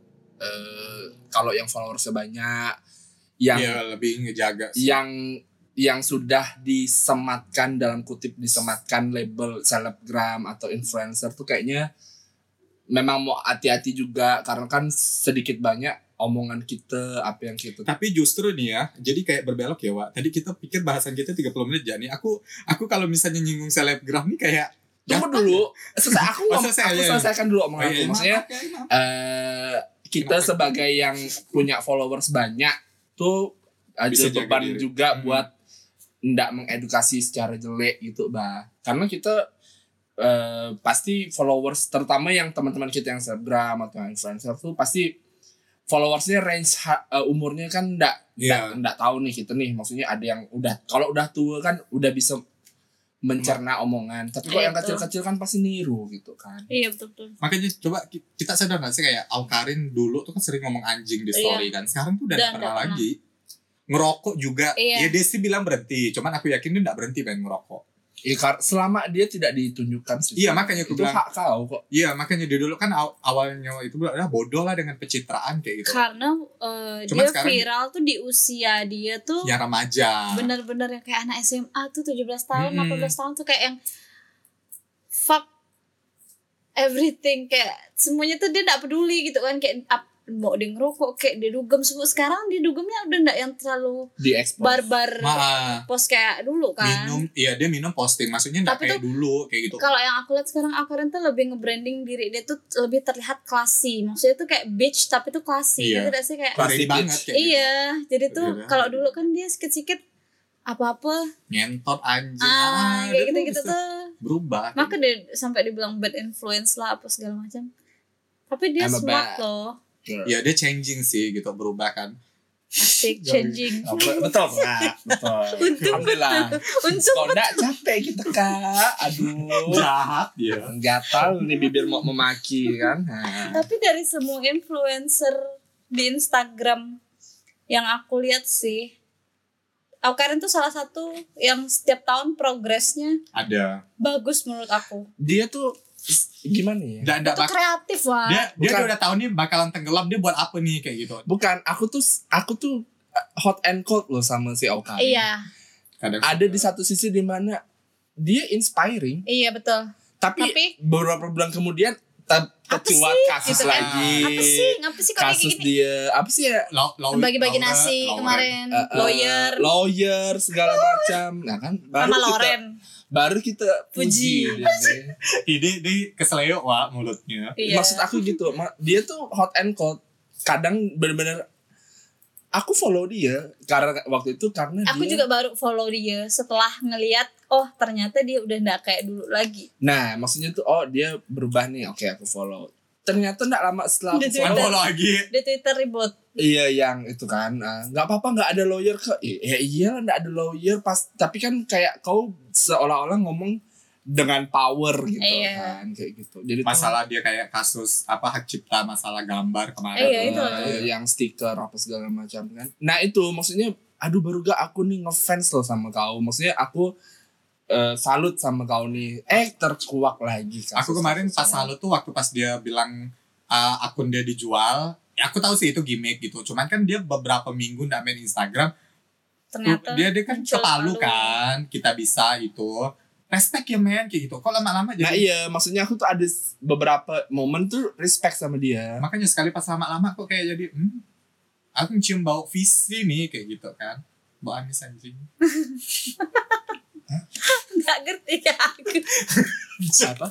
kalau yang followersnya banyak, yang Ya lebih ngejaga sih. yang sudah disematkan dalam kutip disematkan label selebgram atau influencer tuh kayaknya memang mau hati-hati juga karena kan sedikit banyak omongan kita apa yang kita Tapi justru nih ya, jadi kayak berbelok ya, Wak. Tadi kita pikir bahasan kita 30 menit ya nih. Aku kalau misalnya nyinggung selebgram nih kayak tunggu dulu aku selesaikan dulu omongan aku. Maksudnya kita sebagai yang punya followers banyak tuh ada Bisa jaga beban diri. juga buat ndak mengedukasi secara jelek gitu bah karena kita pasti followers terutama yang teman-teman kita yang selebgram atau influencer tuh pasti followersnya range umurnya kan ndak tahu nih kita nih maksudnya ada yang kalau udah tua kan udah bisa mencerna omongan tapi kalau yang Betul. kecil-kecil kan pasti niru gitu kan. Iya betul. Makanya coba kita sadar gak sih kayak Awkarin dulu tuh kan sering ngomong anjing di story kan. Sekarang tuh udah Dan gak pernah nggak lagi. Ngerokok juga. Iya. Ya Desi bilang berhenti. Cuman aku yakin dia gak berhenti pengen ngerokok. Selama dia tidak ditunjukkan sih. Iya, makanya aku itu bilang. hak kau kok. Iya makanya dia dulu kan awalnya itu udah bodoh lah dengan pencitraan kayak gitu. Karena Cuman dia sekarang- viral tuh di usia dia tuh Ya remaja. bener-bener yang kayak anak SMA tuh 17 tahun, Mm-mm. 18 tahun tuh kayak yang fuck everything, kayak semuanya tuh dia gak peduli gitu kan, kayak mau dia ngerokok kayak dia dugem. Sekarang dia dugemnya udah gak yang terlalu Di-expose. barbar Nah, post kayak dulu kan. dia minum posting. Maksudnya gak Tapi kayak dulu kayak gitu. Kalau yang aku lihat sekarang Awkarin tuh lebih nge-branding diri dia tuh lebih terlihat classy. Maksudnya tuh kayak bitch tapi tuh classy. Iya. Gitu gak sih kayak Classy Classy banget bitch. kayak gitu. iya. Jadi tuh Iya. kalau dulu kan dia sikit-sikit apa-apa Ngentot anjing. kayak dia gitu-gitu bisa tuh. berubah. Maka dia sampai dibilang bad influence lah apa segala macam. Tapi dia I'm a smart bad- loh. Ya dia changing sih gitu, berubah kan. Asik changing. Betul kak. Betul. Alhamdulillah. Untung Kalau enggak capek kita kak. Aduh. Jahat dia. Gatal nih bibir mau memaki kan. Nah. tapi dari semua influencer di Instagram yang aku lihat sih, Awkarin tuh salah satu yang setiap tahun progresnya Ada. bagus menurut aku. Dia tuh gimana ya? Nggak Itu kreatif wah. dia Bukan. udah tahu nih bakalan tenggelam, dia buat apa nih kayak gitu. Bukan, aku tuh hot and cold loh sama si Awkarin. Iya, Kadang Ada di satu sisi di mana dia inspiring, iya betul. tapi beberapa bulan kemudian tercuat sih? kasus Gitu kan. lagi. Ngapa sih kok kayak Kasus gini? dia apa sih ya? Bagi-bagi nasi kemarin, lawyer segala macam. Nah kan sama Loren. baru kita puji. Puji. Ini keseleo Wak mulutnya. Iya. Maksud aku gitu, dia tuh hot and cold. Kadang bener-bener aku follow dia karena waktu itu karena Aku dia. juga baru follow dia setelah ngelihat oh ternyata dia udah nggak kayak dulu lagi. Nah, maksudnya tuh dia berubah nih. Oke, aku follow. ternyata nggak lama setelah Di aku Twitter. follow, Unfollow lagi. Di Twitter ribut. iya yang itu kan nggak apa-apa nggak ada lawyer ke ya iya nggak ada lawyer pas tapi kan kayak kau seolah-olah ngomong dengan power gitu Iya. kan kayak gitu jadi Masalah dia kayak kasus hak cipta masalah gambar kemarin. Iya, tuh, itu. yang stiker apa segala macam kan nah itu maksudnya aduh baru gak aku nih ngefans loh sama kau maksudnya aku salut sama kau nih terkuak lagi Aku kemarin pas salut salut tuh waktu pas dia bilang akun dia dijual. Ya aku tahu sih itu gimmick gitu. Cuman kan dia beberapa minggu nggak main Instagram. Ternyata Dia kan muncul kepalu Palu. kan. Kita bisa itu. Respect ya men kayak gitu. Kok lama-lama nah jadi. iya maksudnya aku tuh ada beberapa momen tuh respect sama dia Makanya sekali pas lama-lama kok kayak jadi. Aku cium bau visi nih kayak gitu kan. Bau amis anjing. Nggak ngerti ya aku. apa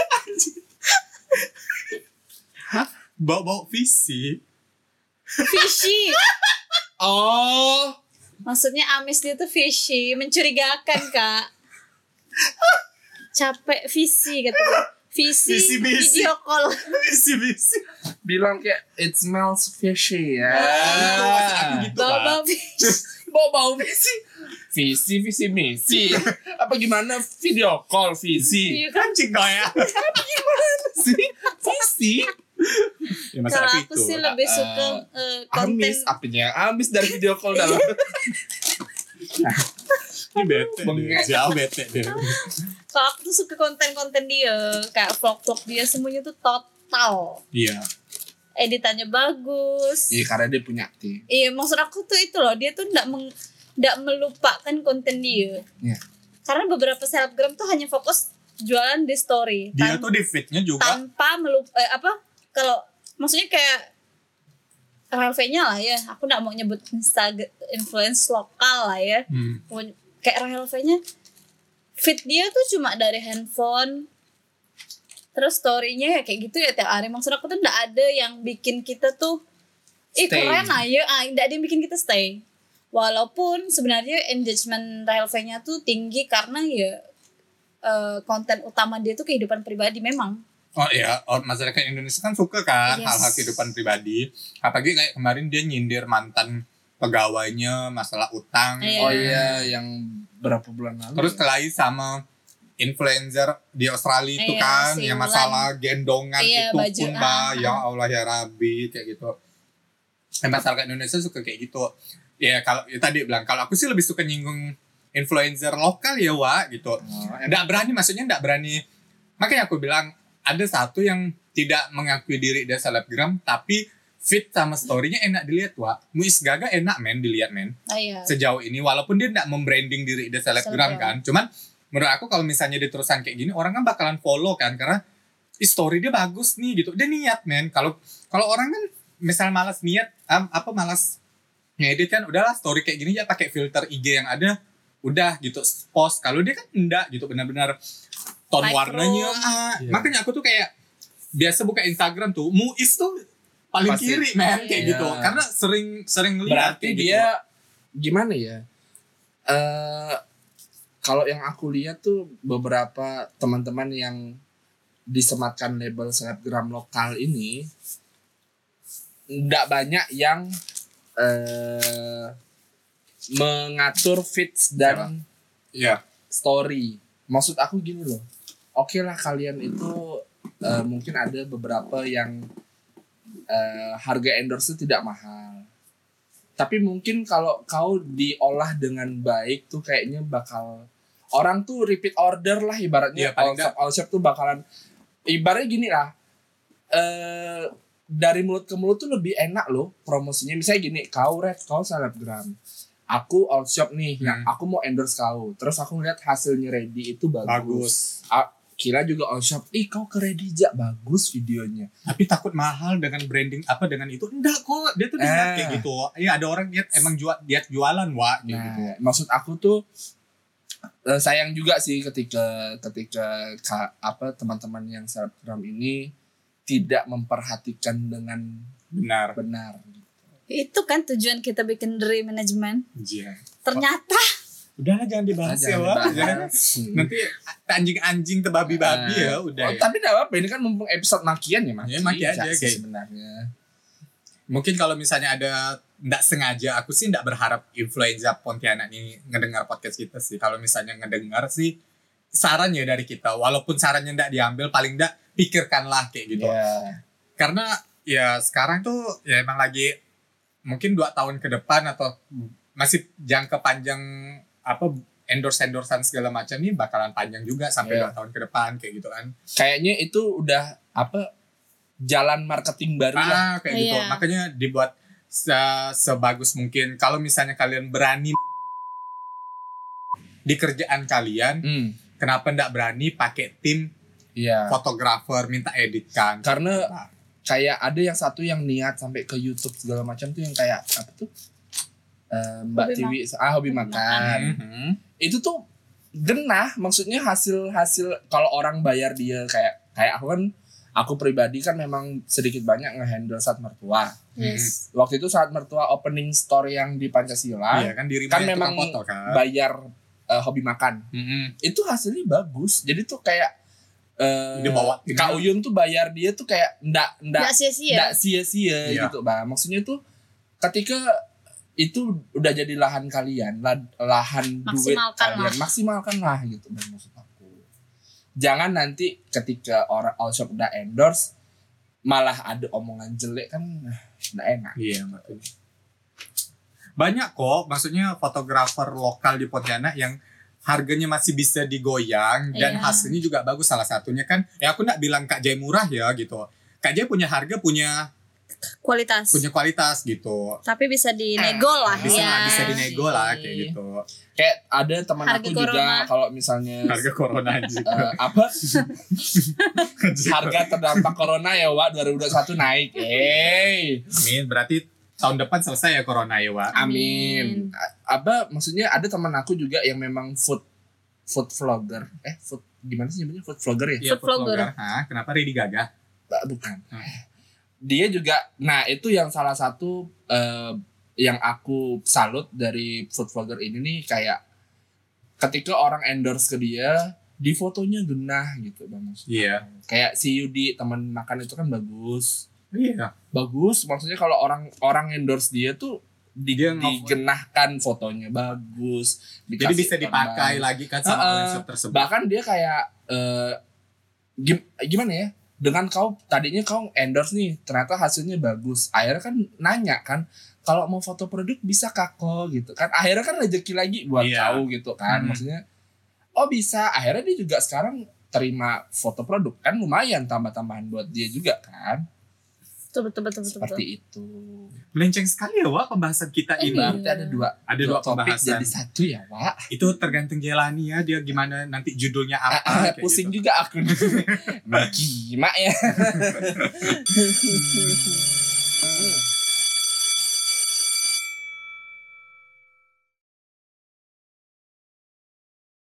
Bau visi. Fishy. oh Maksudnya amis dia tuh fishy, mencurigakan kak. Capek visi kata dia. Visi Visi-visi. video call. Visi. bilang kayak it smells fishy ya Itu maksud aku gitu kan. Bau fish. bau visi misi apa gimana video call visi Iya kan? Anjing kau ya. sih visi Ya masalah Kalau aku itu. sih lebih suka konten. amis apanya amis dari video call dalam Ini bete deh. Bengek. Jauh bete deh. Kalau aku tuh suka konten-konten dia, kayak vlog-vlog dia semuanya tuh total. Iya. Editannya bagus. iya karena dia punya tim Iya, maksud aku tuh itu loh, dia tuh nggak melupakan konten dia. Iya. Karena beberapa selebgram tuh hanya fokus jualan di story. Dia tuh di feed-nya juga. tanpa kalau maksudnya kayak Rahel-nya lah ya. Aku nggak mau nyebut influence lokal lah ya. Kayak Rahel-nya feed dia tuh cuma dari handphone. Terus story-nya ya kayak gitu ya tiap hari. Maksud aku tuh nggak ada yang bikin kita tuh Stay. keren aja, nggak ada yang bikin kita stay. Walaupun sebenarnya engagement Rahel-nya tuh tinggi karena ya konten utama dia tuh kehidupan pribadi memang. Oh iya, masyarakat Indonesia kan suka kan Yes. hal-hal kehidupan pribadi. Apalagi kayak kemarin dia nyindir mantan pegawainya masalah utang. Iya. oh iya yang berapa bulan lalu Terus kelahi sama influencer di Australia itu Iya, kan si yang Wulan. masalah gendongan Iya, itu baju, pun ya Allah ya Rabbi kayak gitu. Masyarakat Indonesia suka kayak gitu. Ya kalau ya tadi bilang kalau aku sih lebih suka nyinggung influencer lokal ya Wak gitu. Nggak berani maksudnya nggak berani. Makanya aku bilang ada satu yang tidak mengakui diri dia selebgram tapi feed sama story-nya enak dilihat Wak. Muis Gaga enak men dilihat men. Iya. Sejauh ini walaupun dia tidak membranding diri dia selebgram kan. Cuman menurut aku kalau misalnya diteruskan kayak gini orang kan bakalan follow kan karena story dia bagus nih gitu. Dia niat men. Kalau orang kan misal malas niat malas ngedit kan udahlah story kayak gini ya pakai filter IG yang ada udah gitu post. Kalau dia kan enggak gitu benar-benar tone Micro. warnanya. Iya. Makanya aku tuh kayak biasa buka Instagram tuh Muis tuh paling Pasti. kiri men kayak Iya. gitu karena sering lihat berarti kayak dia gimana ya kalau yang aku lihat tuh beberapa teman-teman yang disematkan label selebgram lokal ini nggak banyak yang mengatur feeds dan Iya. story. Maksud aku gini loh. Oke lah kalian itu mungkin ada beberapa yang harga endorse tidak mahal. Tapi mungkin kalau kau diolah dengan baik tuh kayaknya bakal orang tuh repeat order lah ibaratnya. Iya, paling All shop tuh bakalan ibaratnya gini lah. Dari mulut ke mulut tuh lebih enak loh promosinya. Misalnya gini, kau selebgram. Aku all shop nih, yang aku mau endorse kau. Terus aku ngeliat hasilnya ready itu bagus. Kira juga all shop, kau ke Redija bagus videonya. Tapi takut mahal dengan branding dengan itu. Enggak kok, dia tuh niat kayak gitu. Iya ada orang niat emang jualan Wak kayak gitu. Nah, maksud aku tuh sayang juga sih ketika teman-teman yang selebgram ini tidak memperhatikan dengan Benar. Itu kan tujuan kita bikin Dream Management. Iya. Ternyata Udahlah jangan dibahas ya, Wak. Jangan. Nanti anjing-anjing tebabi-babi ya udah. Ya. Tapi enggak apa-apa, ini kan mumpung episode makian ya, Mas. Ya, maki aja sih kayak sebenarnya. Mungkin kalau misalnya ada nggak sengaja, aku sih nggak berharap influenza Pontianak ini ngedengar podcast kita sih. Kalau misalnya ngedengar sih, saran ya dari kita. Walaupun sarannya nggak diambil, paling nggak pikirkanlah kayak gitu. Yeah. Karena ya sekarang tuh ya emang lagi mungkin 2 tahun ke depan atau masih jangka panjang apa endorse-endorsean segala macam nih bakalan panjang juga sampai 2 tahun ke depan kayak gitu kan. Kayaknya itu udah apa jalan marketing baru lah. Kayak gitu. Makanya dibuat sebagus mungkin. Kalau misalnya kalian berani di kerjaan kalian, kenapa nggak berani pakai tim fotografer minta editkan? Karena kayak ada yang satu yang niat sampai ke YouTube segala macam tuh yang kayak apa tuh? Mbak Tiwi hobi makan. Itu tuh genah, maksudnya hasil kalau orang bayar dia kayak aku pribadi kan memang sedikit banyak ngehandle saat mertua. Yes. Waktu itu saat mertua opening store yang di Pancasila, kan memang foto, kan? Bayar hobi makan. Itu hasilnya bagus. Jadi tuh kayak Kak Uyun tuh bayar dia tuh kayak ndak sia-sia gitu, Bang. Maksudnya tuh ketika itu udah jadi lahan kalian, lahan duit kalian, maksimalkanlah gitu Bang, maksud aku. Jangan nanti ketika orang all shop udah endorse malah ada omongan jelek kan enggak enak. Iya, betul. Banyak kok, maksudnya fotografer lokal di Pontianak yang harganya masih bisa digoyang dan hasilnya juga bagus. Salah satunya kan, ya aku nggak bilang Kak Jai murah ya gitu. Kak Jai punya harga, punya kualitas gitu. Tapi bisa dinego lah. Bisa dinego lah kayak gitu. Kayak ada teman aku juga kalau misalnya harga corona aja. Harga terdampak corona ya, Wak, 2021 naik. Amin, berarti tahun depan selesai ya corona ya, Wak. Amin. Maksudnya ada teman aku juga yang memang food vlogger. Gimana sih namanya? Food vlogger ya? Food vlogger. Kenapa Lady Gaga? Bukan. Dia juga, nah itu yang salah satu yang aku salut dari food vlogger ini nih, kayak ketika orang endorse ke dia, di fotonya genah gitu Bang. Iya. Kayak si Yudi teman makan itu kan bagus. Iya. Bagus, maksudnya kalau orang endorse dia tuh digenahkan fotonya bagus. Jadi bisa dipakai lagi kan sama shop tersebut. Bahkan dia kayak gimana ya? Dengan tadinya kau endorse nih, ternyata hasilnya bagus. Akhirnya kan nanya kan, kalau mau foto produk bisa kako gitu kan. Akhirnya kan rezeki lagi buat kau gitu kan. Maksudnya, bisa. Akhirnya dia juga sekarang terima foto produk kan, lumayan tambah-tambahan buat dia juga kan. Betul. Seperti itu. Melenceng sekali ya, Wak, pembahasan kita ini. Berarti ada dua topik pembahasan. Jadi satu ya, Wak. Itu tergantung Jelani ya, dia gimana nanti judulnya apa. Pusing gitu. juga aku. Gimana ya.